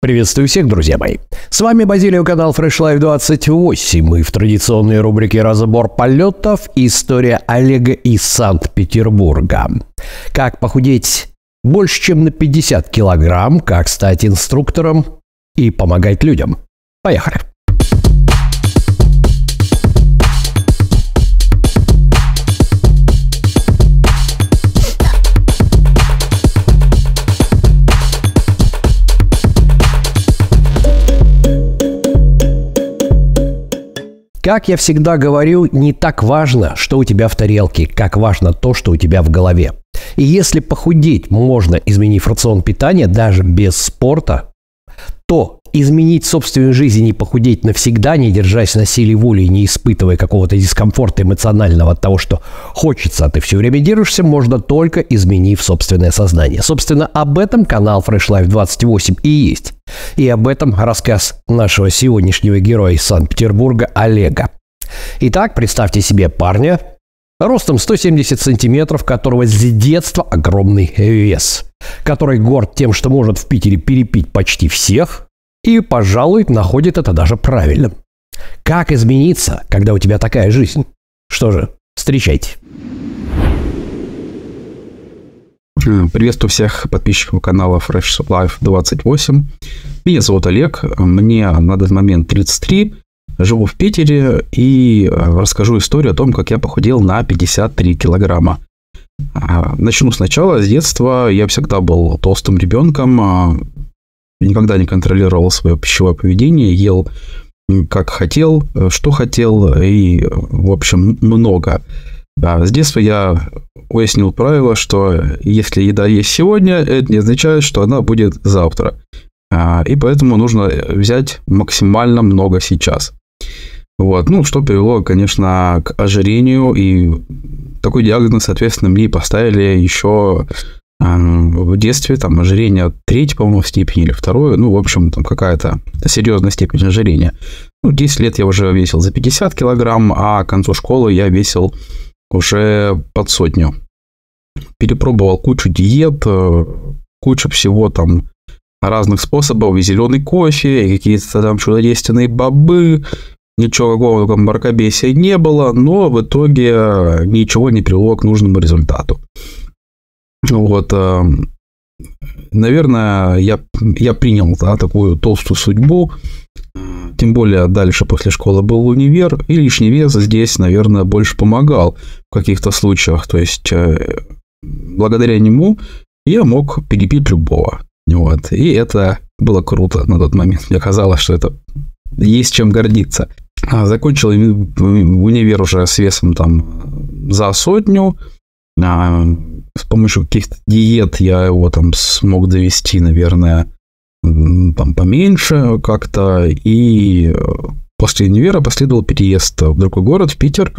Приветствую всех, друзья мои. С вами Базилио, канал Fresh Life 28. И в традиционной рубрике «Разбор полетов» история Олега из Санкт-Петербурга. Как похудеть больше, чем на 50 килограмм, как стать инструктором и помогать людям. Поехали. Как я всегда говорю, не так важно, что у тебя в тарелке, как важно то, что у тебя в голове. И если похудеть можно, изменив рацион питания, даже без спорта, то изменить собственную жизнь и похудеть навсегда, не держась на силе воли и не испытывая какого-то дискомфорта эмоционального от того, что хочется, а ты все время держишься, можно только изменив собственное сознание. Собственно, об этом канал Fresh Life 28 и есть. И об этом рассказ нашего сегодняшнего героя из Санкт-Петербурга Олега. Итак, представьте себе парня, ростом 170 сантиметров, которого с детства огромный вес, который горд тем, что может в Питере перепить почти всех, и, пожалуй, находит это даже правильным. Как измениться, когда у тебя такая жизнь? Что же, встречайте. Приветствую всех подписчиков канала Fresh Life 28. Меня зовут Олег, мне на данный момент 33, живу в Питере и расскажу историю о том, как я похудел на 53 килограмма. Начну сначала. С детства я всегда был толстым ребенком, никогда не контролировал свое пищевое поведение, ел как хотел, что хотел и, в общем, много. С детства я уяснил правило, что если еда есть сегодня, это не означает, что она будет завтра. И поэтому нужно взять максимально много сейчас. Вот. Ну, что привело, конечно, к ожирению. И такой диагноз, соответственно, мне поставили еще в детстве. Там ожирение 3, по-моему, степени или 2. Ну, в общем, там какая-то серьезная степень ожирения. Ну, 10 лет я уже весил за 50 килограмм, а к концу школы я весил уже под 100. Перепробовал кучу диет, кучу всего там разных способов, и зеленый кофе, и какие-то там чудодейственные бобы. Ничего какого там мракобесия не было, но в итоге ничего не привело к нужному результату. Вот, наверное, я принял такую толстую судьбу. Тем более дальше после школы был универ, и лишний вес здесь, наверное, больше помогал в каких-то случаях. То есть, благодаря нему я мог перепить любого. Вот. И это было круто на тот момент. Мне казалось, что это есть чем гордиться. Закончил универ уже с весом там за 100. С помощью каких-то диет я его там смог довести, наверное, там поменьше как-то. И после универа последовал переезд в другой город, в Питер.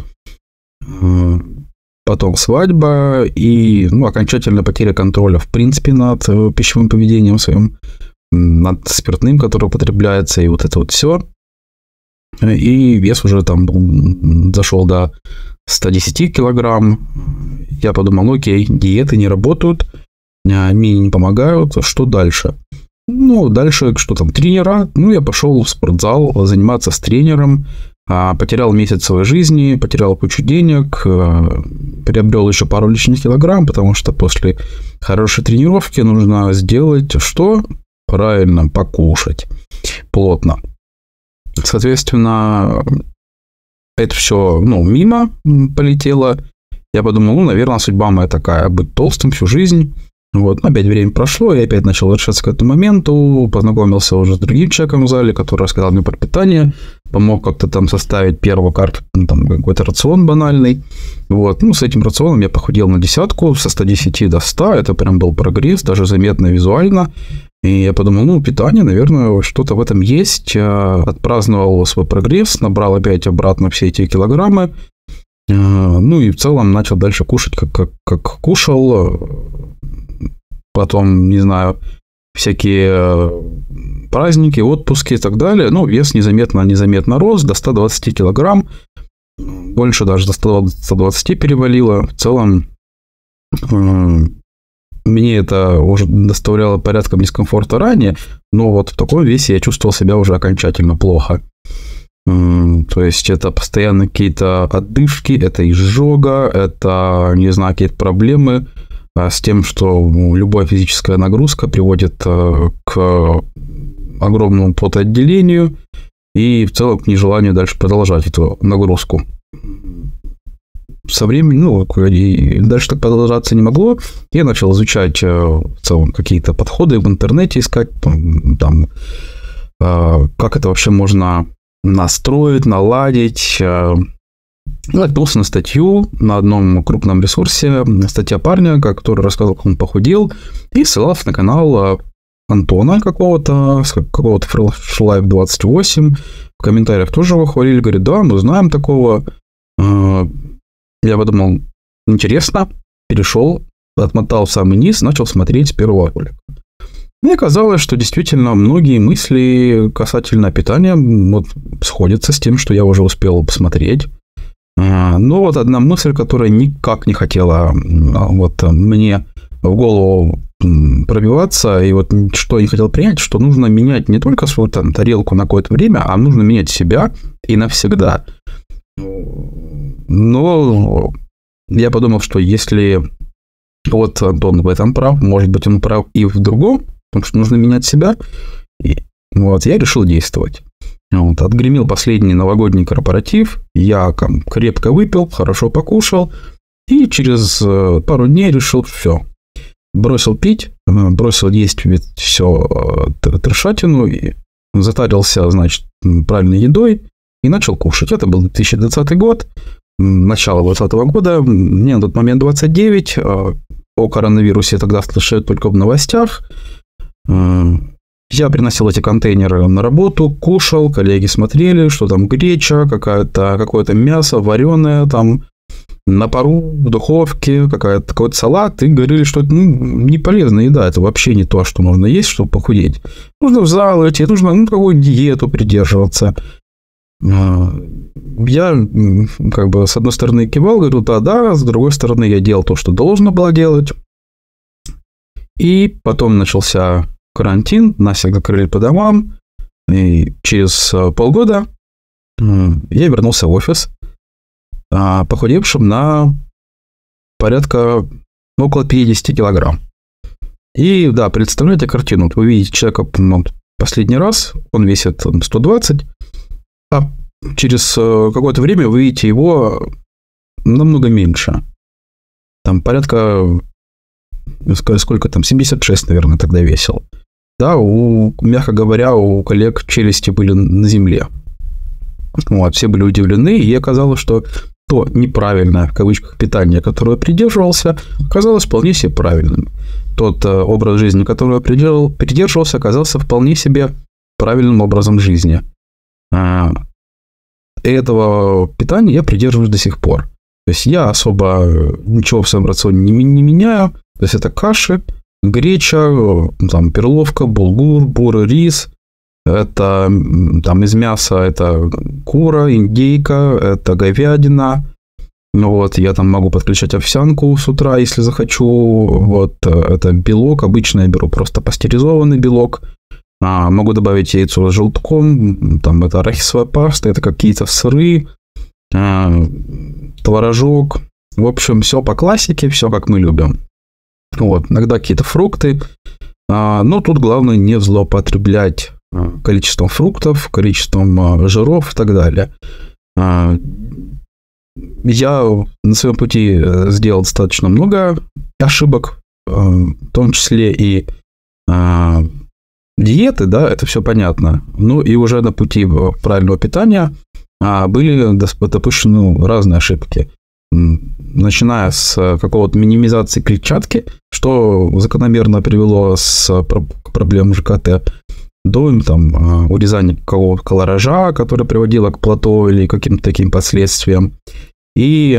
Потом свадьба и окончательная потеря контроля, в принципе, над пищевым поведением своим, над спиртным, который употребляется, и вот это вот все. И вес уже там зашел до 110 килограмм. Я подумал, окей, диеты не работают, мне не помогают, что дальше? Ну, дальше, что там, тренера? Ну, я пошел в спортзал заниматься с тренером. Потерял месяц своей жизни, потерял кучу денег, приобрел еще пару лишних килограмм, потому что после хорошей тренировки нужно сделать что? Правильно, покушать плотно. Соответственно, это все, мимо полетело. Я подумал, наверное, судьба моя такая, быть толстым всю жизнь. Вот, опять время прошло, я опять начал возвращаться к этому моменту, познакомился уже с другим человеком в зале, который рассказал мне про питание, помог как-то там составить первую карту, там какой-то рацион банальный. Вот, с этим рационом я похудел на 10, со 110 до 100, это прям был прогресс, даже заметно визуально. И я подумал, питание, наверное, что-то в этом есть. Отпраздновал свой прогресс, набрал опять обратно все эти килограммы. И в целом начал дальше кушать, как кушал. Потом, не знаю, всякие праздники, отпуски и так далее. Вес незаметно рос до 120 килограмм. Больше даже до 120 перевалило. В целом мне это уже доставляло порядком дискомфорта ранее, но вот в таком весе я чувствовал себя уже окончательно плохо. То есть это постоянно какие-то отдышки, это изжога, это, не знаю, какие-то проблемы с тем, что любая физическая нагрузка приводит к огромному потоотделению и в целом к нежеланию дальше продолжать эту нагрузку. Со временем, и дальше так продолжаться не могло. Я начал изучать в целом какие-то подходы в интернете, искать, там, как это вообще можно настроить, наладить. Наткнулся на статью на одном крупном ресурсе, статья парня, который рассказывал, как он похудел, и ссылался на канал Антона какого-то Fresh Life 28. В комментариях тоже его хвалили, говорит, да, мы знаем такого. Я подумал, интересно, перешел, отмотал в самый низ, начал смотреть с первого ролика. Мне казалось, что действительно многие мысли касательно питания вот сходятся с тем, что я уже успел посмотреть. Но вот одна мысль, которая никак не хотела вот мне в голову пробиваться, и вот что я хотел принять, что нужно менять не только свою там тарелку на какое-то время, а нужно менять себя и навсегда. Но я подумал, что если вот Антон в этом прав, может быть, он прав и в другом, потому что нужно менять себя, и вот я решил действовать. Вот, отгремел последний новогодний корпоратив, я крепко выпил, хорошо покушал, и через пару дней решил все. Бросил пить, бросил есть все трешатину, и затарился, значит, правильной едой и начал кушать. Это был 2020 год, начало 2020 года, мне на тот момент 29, о коронавирусе тогда слышали только в новостях. Я приносил эти контейнеры на работу, кушал, коллеги смотрели, что там греча, какое-то мясо вареное, там на пару, в духовке, какой-то салат, и говорили, что это не полезная еда, это вообще не то, что нужно есть, чтобы похудеть. Нужно в зал идти, нужно какую-то диету придерживаться. Я с одной стороны кивал, говорю, да, с другой стороны я делал то, что должно было делать. И потом начался карантин, нас всех закрыли по домам, и через полгода я вернулся в офис, похудевшим на порядка около 50 килограмм. И да, представляете картину, вы видите человека последний раз, он весит 120, а через какое-то время вы видите его намного меньше. Там порядка, сколько там, 76, наверное, тогда весил. Да, мягко говоря, у коллег челюсти были на земле. Вот, все были удивлены, и оказалось, что то неправильное, в кавычках, питание, которое я придерживался, оказалось вполне себе правильным. Тот образ жизни, которого я придерживался, оказался вполне себе правильным образом жизни. Этого питания я придерживаюсь до сих пор. То есть я особо ничего в своем рационе не меняю. То есть это каши, греча, там, перловка, булгур, бурый рис. Это там из мяса это кура, индейка, это говядина. Вот, я там могу подключать овсянку с утра, если захочу. Вот, это белок. Обычно я беру просто пастеризованный белок. Могу добавить яйцо с желтком. Там это арахисовая паста, это какие-то сыры, творожок. В общем, все по классике, все как мы любим. Вот, иногда какие-то фрукты. Но тут главное не злоупотреблять количеством фруктов, количеством жиров и так далее. Я на своем пути сделал достаточно много ошибок, в том числе и диеты, да, это все понятно. Ну и уже на пути правильного питания были допущены разные ошибки. Начиная с какого-то минимизации клетчатки, что закономерно привело к проблемам ЖКТ, до там, урезания какого-то колоража, которое приводило к плато или каким-то таким последствиям. И,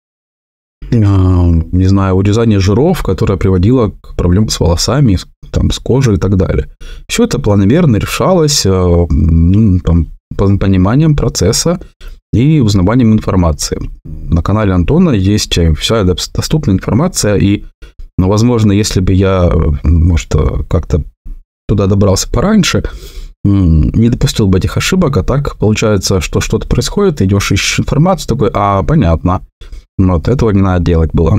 не знаю, урезание жиров, которое приводило к проблемам с волосами, там, с кожей и так далее. Все это планомерно решалось там, пониманием процесса и узнаванием информации. На канале Антона есть вся доступная информация, и Но, возможно, если бы я, может, как-то туда добрался пораньше, не допустил бы этих ошибок, а так получается, что что-то происходит, идешь, ищешь информацию, такой, понятно, вот этого не надо делать было.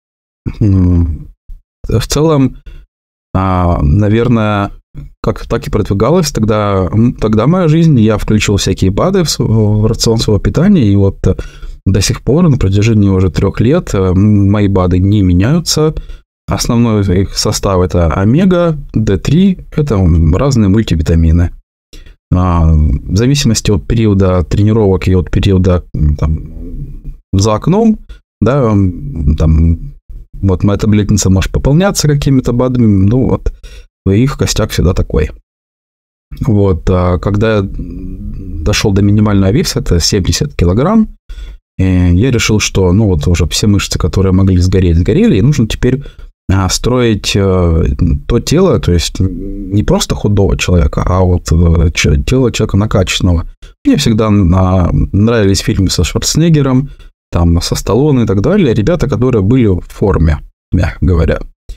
В целом, наверное, как так и продвигалась тогда моя жизнь, я включил всякие БАДы в рацион своего питания, и вот до сих пор, на протяжении уже 3 лет, мои БАДы не меняются. Основной их состав – это омега, D3, это разные мультивитамины. В зависимости от периода тренировок и от периода за окном, да, там, вот моя таблетница может пополняться какими-то БАДами, ну вот, их костяк всегда такой. Вот, когда я дошел до минимального веса, это 70 килограмм, я решил, что, ну вот уже все мышцы, которые могли сгореть, сгорели, и нужно теперь строить то тело, то есть не просто худого человека, а вот тело человека накачанного. Мне всегда нравились фильмы со Шварценеггером, там, со Сталлоне и так далее, ребята, которые были в форме, мягко говоря.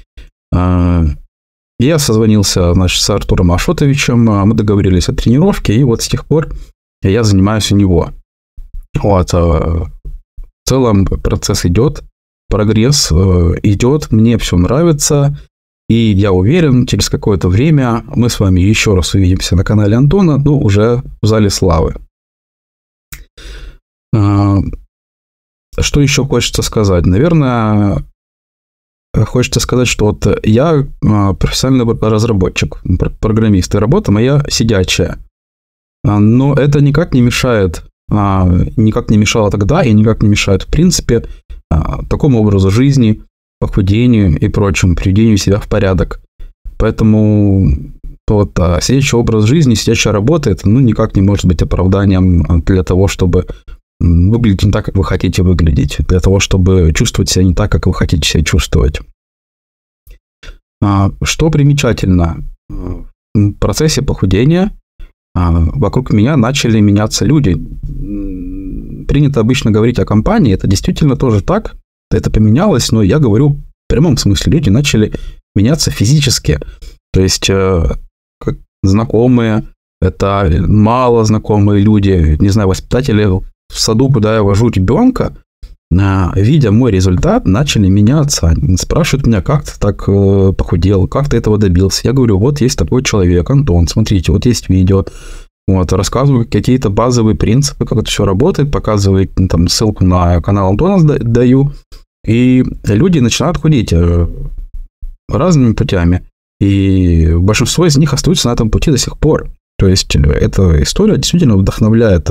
Я созвонился, значит, с Артуром Ашотовичем, мы договорились о тренировке, и вот с тех пор я занимаюсь у него. Вот. В целом процесс идет, прогресс идет, мне все нравится, и я уверен, через какое-то время мы с вами еще раз увидимся на канале Антона, ну, уже в зале славы. Что еще хочется сказать? Наверное, хочется сказать, что вот я профессиональный разработчик, программист, и работа моя сидячая. Но это никак не мешало тогда и никак не мешает, в принципе, такому образу жизни, похудению и прочему, приведению себя в порядок. Поэтому вот сидячий образ жизни, сидячая работа, это никак не может быть оправданием для того, чтобы выглядеть не так, как вы хотите выглядеть, для того, чтобы чувствовать себя не так, как вы хотите себя чувствовать. Что примечательно, в процессе похудения вокруг меня начали меняться люди. Принято обычно говорить о компании, это действительно тоже так, это поменялось, но я говорю в прямом смысле, люди начали меняться физически. То есть знакомые, это мало знакомые люди, не знаю, воспитатели в саду, куда я вожу ребенка, видя мой результат, начали меняться. Они спрашивают меня, как ты так похудел, как ты этого добился. Я говорю, вот есть такой человек, Антон, смотрите, вот есть видео. Вот, рассказываю какие-то базовые принципы, как это все работает, показываю там ссылку на канал Антона даю. И люди начинают худеть разными путями. И большинство из них остаются на этом пути до сих пор. То есть эта история действительно вдохновляет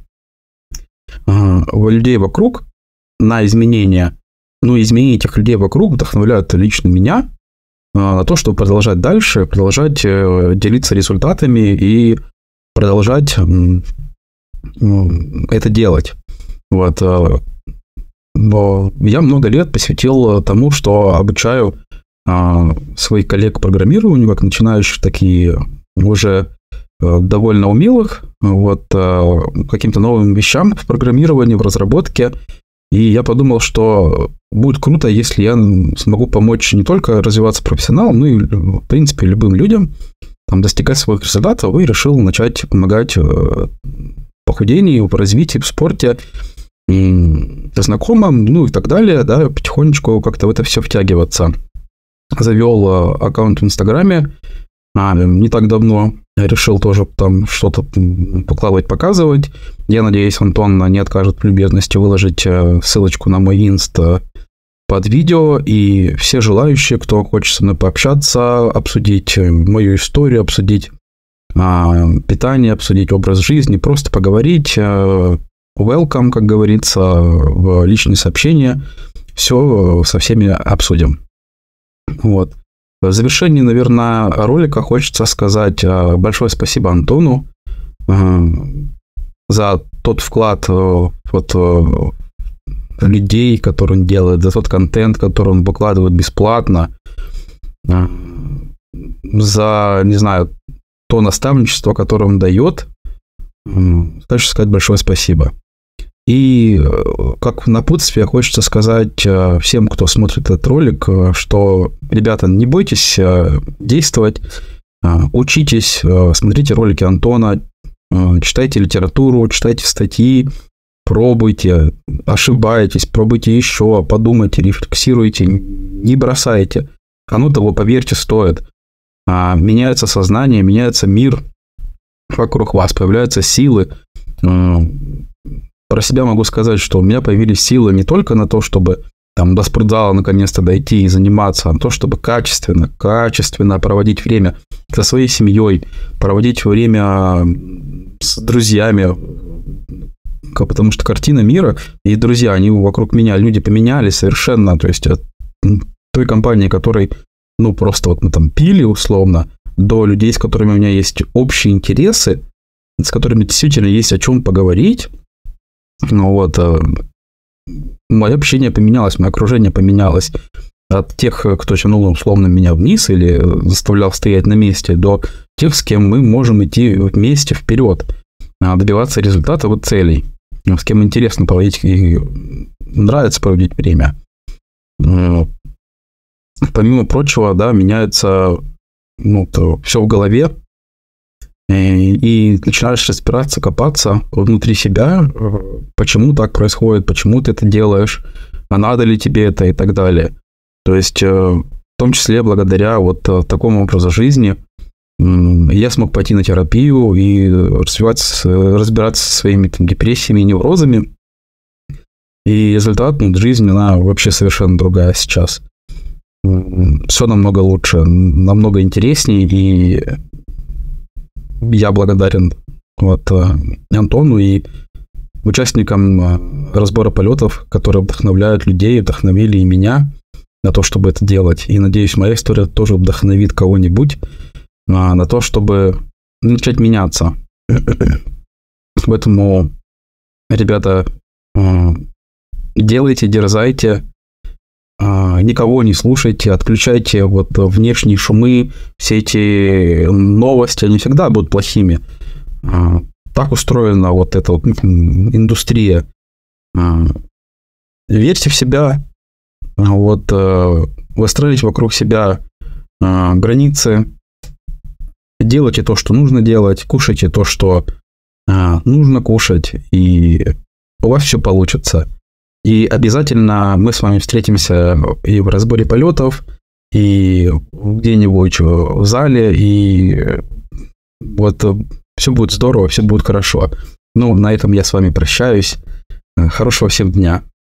людей вокруг на изменения. Ну, изменения этих людей вокруг вдохновляют лично меня на то, чтобы продолжать дальше, продолжать делиться результатами и продолжать это делать. Вот. Я много лет посвятил тому, что обучаю своих коллег программированию, как начинающих, такие уже довольно умелых, вот, каким-то новым вещам в программировании, в разработке. И я подумал, что будет круто, если я смогу помочь не только развиваться профессионалам, но и, в принципе, любым людям достигать своих результатов, и решил начать помогать в похудении, в развитии, в спорте, знакомым, ну и так далее, да, потихонечку как-то в это все втягиваться. Завел аккаунт в Инстаграме не так давно, решил тоже там что-то покладывать, показывать. Я надеюсь, Антон не откажет в любезности выложить ссылочку на мой инст под видео, и все желающие, кто хочет со мной пообщаться, обсудить мою историю, обсудить питание, обсудить образ жизни, просто поговорить, welcome, как говорится, в личные сообщения, все со всеми обсудим. Вот. В завершении, наверное, ролика хочется сказать большое спасибо Антону за тот вклад людей, который он делает, за тот контент, который он выкладывает бесплатно, за, не знаю, то наставничество, которое он дает. Хочу сказать большое спасибо. И как напутствие хочется сказать всем, кто смотрит этот ролик, что, ребята, не бойтесь действовать, учитесь, смотрите ролики Антона, читайте литературу, читайте статьи, пробуйте, ошибайтесь, пробуйте еще, подумайте, рефлексируйте, не бросайте. Оно того, поверьте, стоит. Меняется сознание, меняется мир вокруг вас, появляются силы. Про себя могу сказать, что у меня появились силы не только на то, чтобы там до спортзала наконец-то дойти и заниматься, а на то, чтобы качественно проводить время со своей семьей, проводить время с друзьями, потому что картина мира и друзья, они вокруг меня, люди поменялись совершенно, то есть от той компании, которой, просто вот мы там пили условно, до людей, с которыми у меня есть общие интересы, с которыми действительно есть о чем поговорить. Мое общение поменялось, мое окружение поменялось. От тех, кто тянул условно меня вниз или заставлял стоять на месте, до тех, с кем мы можем идти вместе вперед, добиваться результатов и целей, с кем интересно проводить и нравится проводить время. Помимо прочего, меняется все в голове, и начинаешь разбираться, копаться внутри себя, почему так происходит, почему ты это делаешь, а надо ли тебе это и так далее. То есть, в том числе, благодаря такому образу жизни, я смог пойти на терапию и разбираться со своими депрессиями и неврозами. И результат, жизнь, она вообще совершенно другая сейчас. Все намного лучше, намного интереснее, и я благодарен Антону и участникам разбора полетов, которые вдохновляют людей, вдохновили и меня на то, чтобы это делать. И, надеюсь, моя история тоже вдохновит кого-нибудь на то, чтобы начать меняться. Поэтому, ребята, делайте, дерзайте, никого не слушайте, отключайте внешние шумы, все эти новости, они всегда будут плохими. Так устроена эта индустрия. Верьте в себя, выстроить вокруг себя границы, делайте то, что нужно делать, кушайте то, что нужно кушать, и у вас все получится. И обязательно мы с вами встретимся и в разборе полетов, и где-нибудь в зале, и все будет здорово, все будет хорошо. На этом я с вами прощаюсь. Хорошего всем дня.